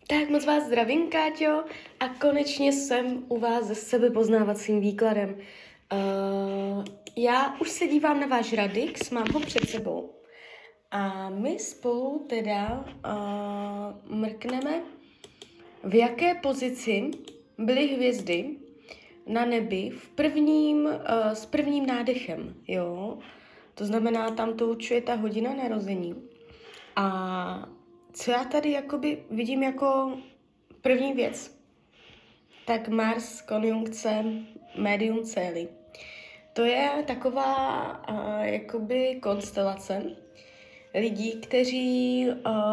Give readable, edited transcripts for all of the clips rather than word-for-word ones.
Tak moc vás zdravím, Káťo, a konečně jsem u vás se sebepoznávacím výkladem. Já už se dívám na váš Radix, mám ho před sebou a my spolu teda mrkneme, v jaké pozici byly hvězdy na nebi s prvním nádechem, jo? To znamená, tam to určuje ta hodina narození. A co já tady jakoby vidím jako první věc, tak Mars konjunkce Medium Cély. To je taková jakoby konstelace lidí, kteří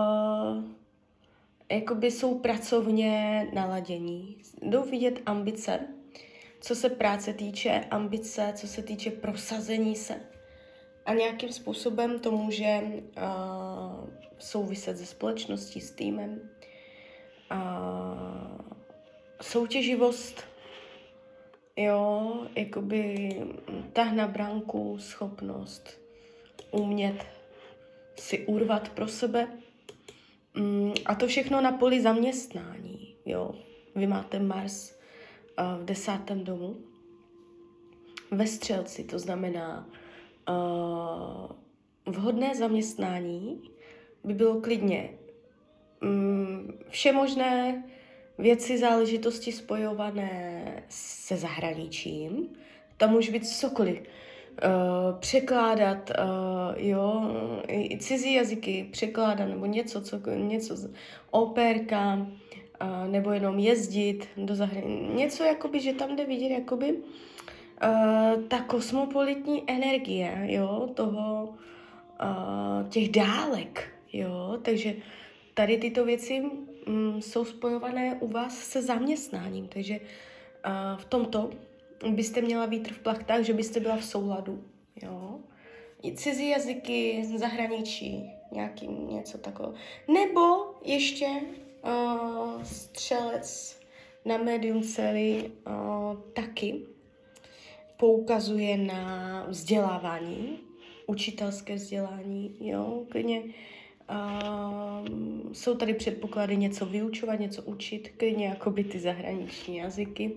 jakoby jsou pracovně naladění. Jdou vidět ambice, co se práce týče, ambice, co se týče prosazení se. A nějakým způsobem to může souviset se společností, s týmem. Soutěživost, jo, jakoby tah na branku, schopnost umět si urvat pro sebe. A to všechno na poli zaměstnání, jo. Vy máte Mars v 10. domu ve Střelci, to znamená vhodné zaměstnání by bylo klidně všemožné věci, záležitosti spojované se zahraničím. Tam může být cokoliv. Překládat, i cizí jazyky, překládat, nebo něco opérka, nebo jenom jezdit do zahraničí. Něco, jakoby, že tam jde vidět, jakoby, ta kosmopolitní energie, jo, toho, těch dálek, jo, takže tady tyto věci jsou spojované u vás se zaměstnáním, takže v tomto byste měla vítr v plachtách, že byste byla v souladu, jo. I cizí jazyky, zahraničí, něco takového. Nebo ještě Střelec na Medium Cély taky poukazuje na vzdělávání, učitelské vzdělání, jo, klidně. Jsou tady předpoklady něco vyučovat, něco učit, klidně jakoby ty zahraniční jazyky.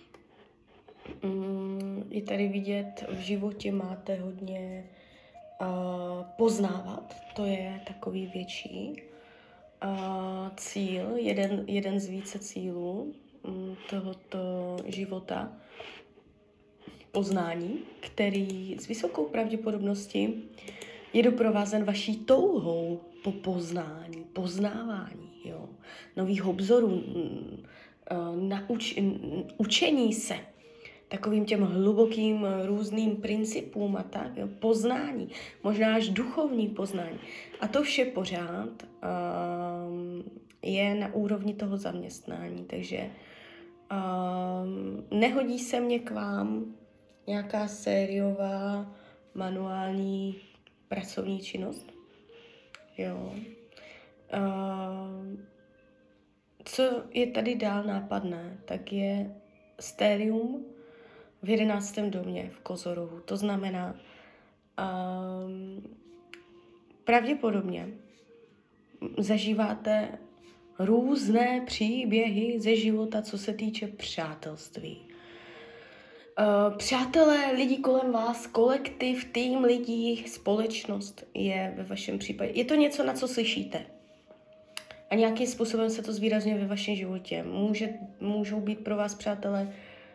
Je tady vidět, v životě máte hodně poznávat, to je takový větší cíl, jeden z více cílů tohoto života, poznání, který s vysokou pravděpodobností je doprovázen vaší touhou po poznání, poznávání, jo, nových obzorů, učení se, takovým těm hlubokým různým principům a tak, jo, poznání, možná až duchovní poznání. A to vše pořád je na úrovni toho zaměstnání, takže nehodí se mě k vám nějaká sériová manuální pracovní činnost. Jo. Co je tady dál nápadné, tak je stérium v 11. domě v Kozorohu. To znamená, pravděpodobně zažíváte různé příběhy ze života, co se týče přátelství. Přátelé, lidi kolem vás, kolektiv, tým lidí, společnost je ve vašem případě. Je to něco, na co slyšíte. A nějakým způsobem se to zvýrazňuje ve vašem životě. Můžou být pro vás přátelé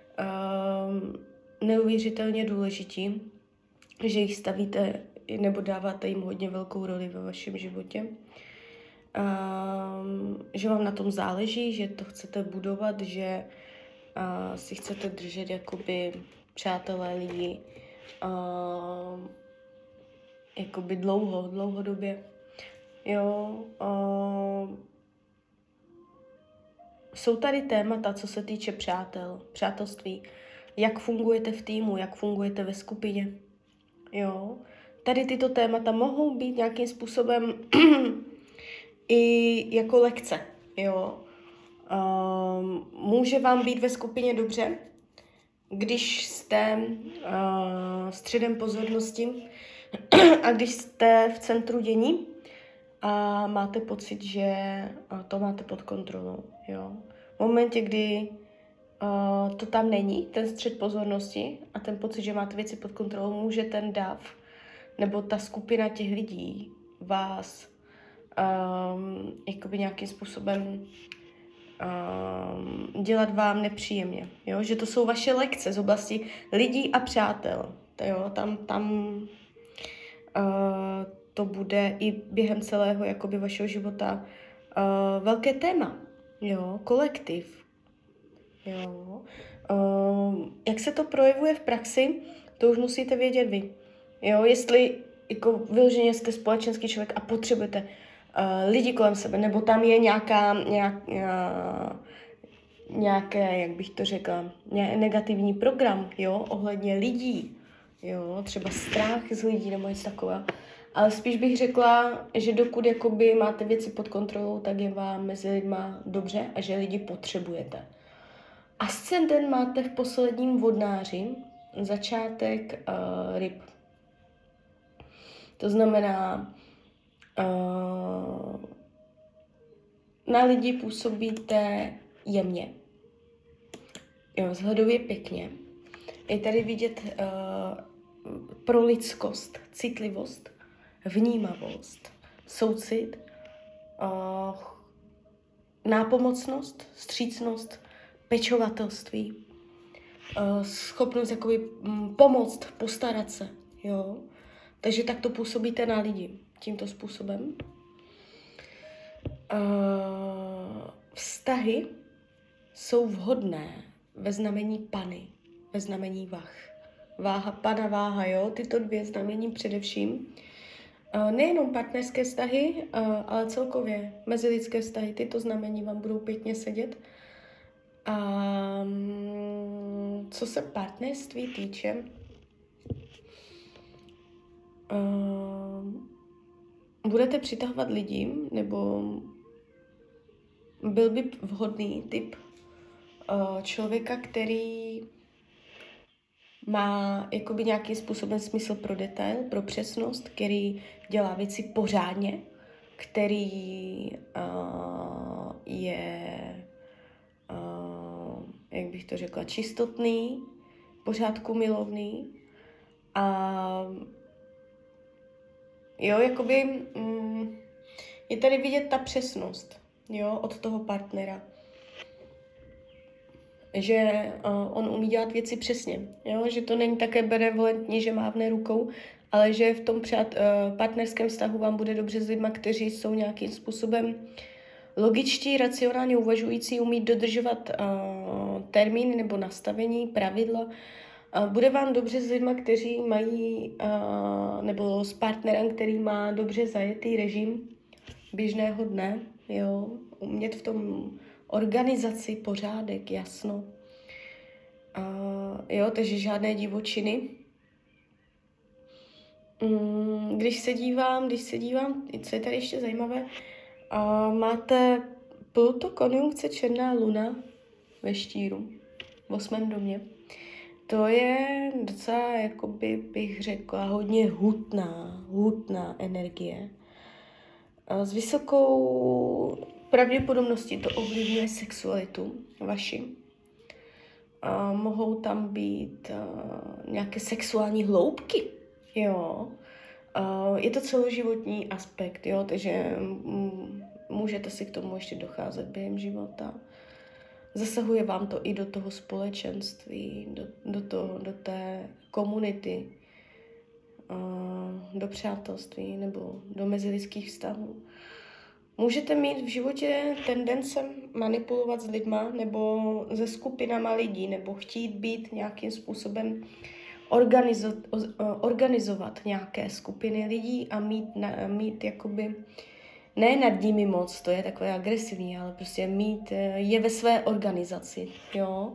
neuvěřitelně důležití, že jich stavíte nebo dáváte jim hodně velkou roli ve vašem životě. Že vám na tom záleží, že to chcete budovat, že si chcete držet jakoby přátelé lidi jakoby dlouhodobě. Jo, jsou tady témata, co se týče přátelství, jak fungujete v týmu, jak fungujete ve skupině. Jo, tady tyto témata mohou být nějakým způsobem i jako lekce, jo. Může vám být ve skupině dobře, když jste středem pozornosti a když jste v centru dění a máte pocit, že to máte pod kontrolou. Jo? V momentě, kdy to tam není, ten střed pozornosti a ten pocit, že máte věci pod kontrolou, může ten dav nebo ta skupina těch lidí vás jakoby nějakým způsobem dělat vám nepříjemně. Jo? Že to jsou vaše lekce z oblasti lidí a přátel. Jo? Tam to bude i během celého jakoby vašeho života velké téma. Jo? Kolektiv. Jo. Jak se to projevuje v praxi, to už musíte vědět vy. Jo, jestli jako vyloženě jste společenský člověk a potřebujete lidi kolem sebe, nebo tam je nějaké, jak bych to řekla, negativní program, jo, ohledně lidí, jo, třeba strach z lidí nebo něco takového. Ale spíš bych řekla, že dokud jakoby máte věci pod kontrolou, tak je vám mezi lidma dobře a že lidi potřebujete. Ascendent máte v posledním vodnáři, začátek ryb. To znamená, na lidi působíte jemně, jo, vzhledově pěkně. Je tady vidět pro lidskost, citlivost, vnímavost, soucit, nápomocnost, vstřícnost, pečovatelství, schopnost jakoby pomoct, postarat se, jo. Takže tak to působíte na lidi tímto způsobem. Vztahy jsou vhodné ve znamení Pany, ve znamení vah. Váha, Pana, váha, jo, tyto dvě znamení především. Nejenom partnerské vztahy, ale celkově mezilidské vztahy, tyto znamení vám budou pěkně sedět. A co se partnerství týče, budete přitahovat lidi, nebo byl by vhodný typ člověka, který má jakoby nějakým způsobem smysl pro detail, pro přesnost, který dělá věci pořádně, který je, jak bych to řekla, čistotný, pořádku milovný a jo, jakoby je tady vidět ta přesnost, jo, od toho partnera. Že on umí dělat věci přesně, jo? Že to není také benevolentní, že mávne rukou, ale že v tom partnerském vztahu vám bude dobře s lidma, kteří jsou nějakým způsobem logičtí, racionálně uvažující, umí dodržovat termíny nebo nastavení, pravidla. Bude vám dobře s lidma, kteří mají, nebo s partnerem, který má dobře zajetý režim běžného dne, jo? Umět v tom organizaci, pořádek, jasno. Jo, takže žádné divočiny. Když se dívám, co je tady ještě zajímavé, máte Pluto, konjunkce, černá luna ve štíru, v 8. domě. To je docela, jakoby bych řekla, hodně hutná energie. S vysokou pravděpodobností to ovlivňuje sexualitu vaši. Mohou tam být nějaké sexuální hloubky, jo. Je to celoživotní aspekt, jo, takže můžete si k tomu ještě docházet během života. Zasahuje vám to i do toho společenství, do té komunity, do přátelství nebo do mezilidských vztahů. Můžete mít v životě tendence manipulovat s lidma nebo se skupinama lidí, nebo chtít být nějakým způsobem organizovat nějaké skupiny lidí a mít jakoby, ne nad nimi moc, to je takové agresivní, ale prostě mít je ve své organizaci, jo.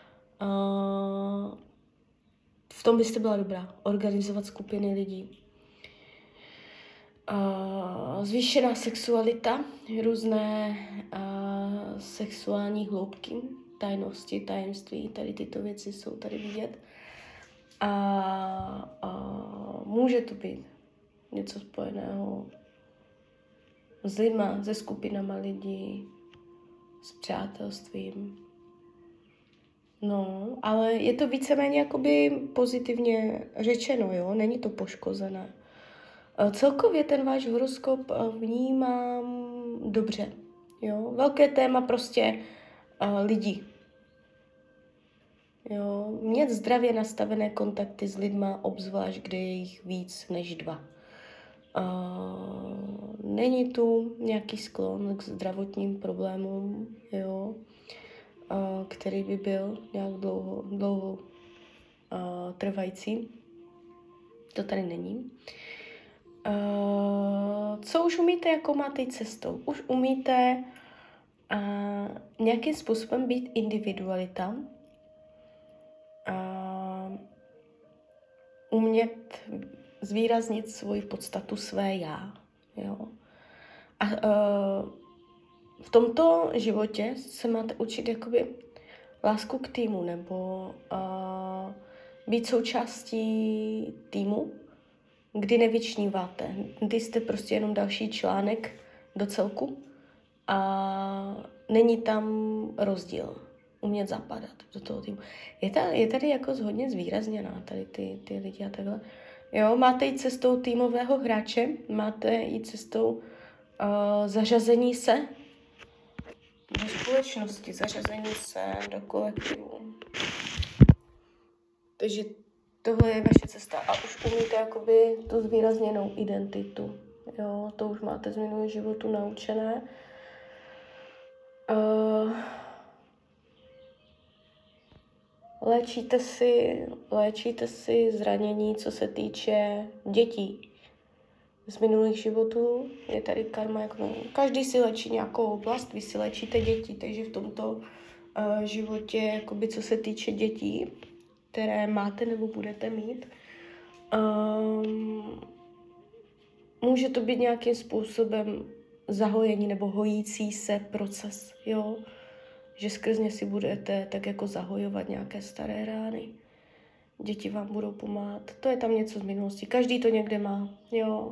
V tom byste byla dobrá, organizovat skupiny lidí. Zvýšená sexualita, různé sexuální hloubky, tajnosti, tajemství, tady tyto věci jsou tady vidět. A může to být něco spojeného s lidma, se skupinama lidí, s přátelstvím. No, ale je to víceméně jakoby pozitivně řečeno, jo, není to poškozené. Celkově ten váš horoskop vnímám dobře, jo. Velké téma prostě lidí. Jo, mít zdravě nastavené kontakty s lidma, obzvlášť, kde je jich víc než 2. Není tu nějaký sklon k zdravotním problémům, jo, který by byl nějak dlouho trvající. To tady není. Co už umíte, jako máte jít cestou? Už umíte nějakým způsobem být individualita, umět zvýraznit svoji podstatu, své já. Jo? A v tomto životě se máte učit jakoby lásku k týmu, nebo být součástí týmu, kdy nevyčníváte, kdy jste prostě jenom další článek do celku a není tam rozdíl. Umět zapadat do toho týmu. Je tady jako hodně zvýrazněná tady ty lidi a takhle. Jo, máte jít cestou týmového hráče, máte jít cestou zařazení se do společnosti, zařazení se do kolektivu. Takže tohle je vaše cesta a už umíte jakoby tu zvýrazněnou identitu. Jo, to už máte z minulého životu naučené. Léčíte si zranění, co se týče dětí. Z minulých životů je tady karma, jako každý si léčí nějakou oblast, vy si léčíte děti, takže v tomto životě, jakoby, co se týče dětí, které máte nebo budete mít, může to být nějakým způsobem zahojení nebo hojící se proces, jo? Že skrz ně si budete tak jako zahojovat nějaké staré rány. Děti vám budou pomáhat. To je tam něco z minulosti. Každý to někde má, jo?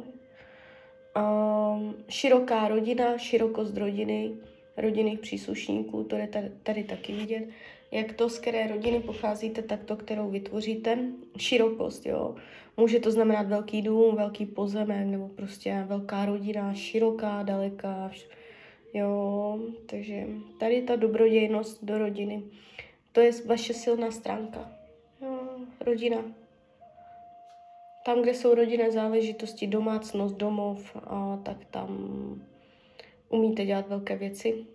Široká rodina, širokost rodiny, rodinných příslušníků, to je tady taky vidět. Jak to, z které rodiny pocházíte, tak to, kterou vytvoříte. Širokost, jo. Může to znamenat velký dům, velký pozemek, nebo prostě velká rodina, široká, daleká, jo. Takže tady ta dobrodějnost do rodiny, to je vaše silná stránka. Jo, rodina. Tam, kde jsou rodinné záležitosti, domácnost, domov, tak tam umíte dělat velké věci.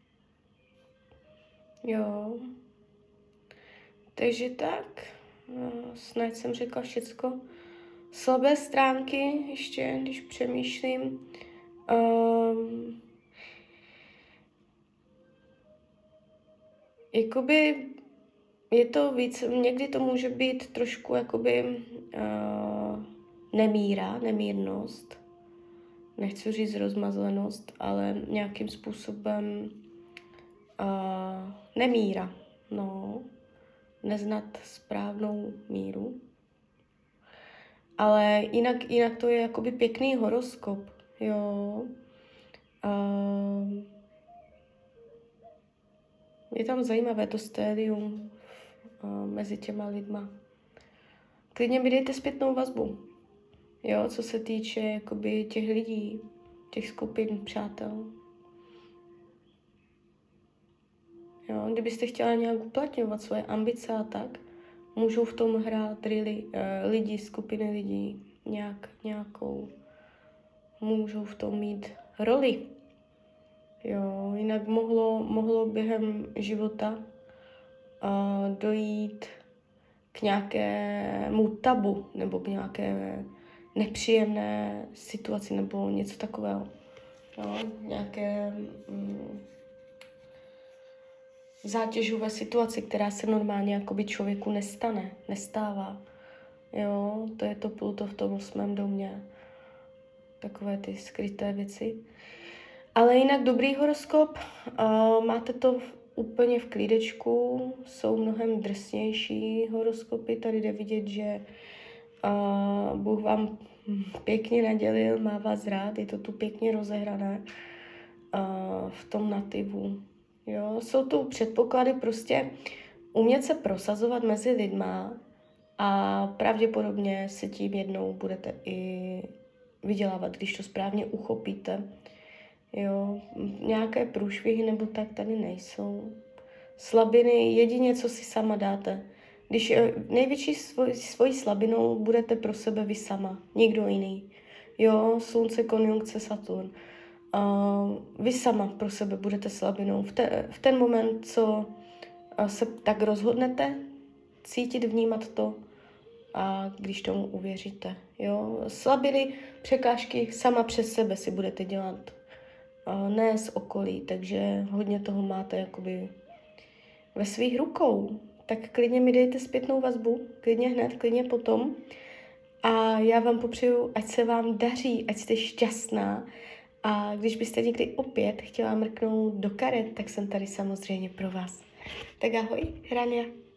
Jo. Takže tak, snad jsem řekla všecko. Slabé stránky, ještě, když přemýšlím. Jakoby je to víc, někdy to může být trošku jakoby nemírnost. Nechci říct rozmazlenost, ale nějakým způsobem nemíra, no. Neznat správnou míru. Ale jinak to je jakoby pěkný horoskop, jo. Je tam zajímavé to stadium mezi těma lidma. Klidně mi dejte zpětnou vazbu, jo, co se týče jakoby těch lidí, těch skupin, přátel. Jo, kdybyste chtěla nějak uplatňovat svoje ambice a tak, můžou v tom hrát lidi, skupiny lidí nějakou. Můžou v tom mít roli. Jo, jinak mohlo během života dojít k nějakému tabu nebo k nějaké nepříjemné situaci nebo něco takového. Jo, nějaké zátěžové situaci, která se normálně jakoby člověku nestává. Jo, to je to Pluto v tom 8. domě. Takové ty skryté věci. Ale jinak dobrý horoskop, máte to úplně v klídečku, jsou mnohem drsnější horoskopy, tady jde vidět, že Bůh vám pěkně nadělil, má vás rád, je to tu pěkně rozehrané v tom nativu. Jo, jsou tu předpoklady prostě umět se prosazovat mezi lidma a pravděpodobně si tím jednou budete i vydělávat, když to správně uchopíte. Jo, nějaké průšvihy nebo tak tady nejsou. Slabiny, jedině, co si sama dáte. Když největší svojí slabinou budete pro sebe vy sama, nikdo jiný. Jo, Slunce, konjunkce, Saturn. Vy sama pro sebe budete slabinou. V ten moment, co se tak rozhodnete, cítit, vnímat to, a když tomu uvěříte. Jo? Slabiny, překážky sama přes sebe si budete dělat. Ne z okolí, takže hodně toho máte jakoby ve svých rukou. Tak klidně mi dejte zpětnou vazbu, klidně hned, klidně potom. A já vám popřeju, ať se vám daří, ať jste šťastná. A když byste někdy opět chtěla mrknout do karet, tak jsem tady samozřejmě pro vás. Tak ahoj, Hrania.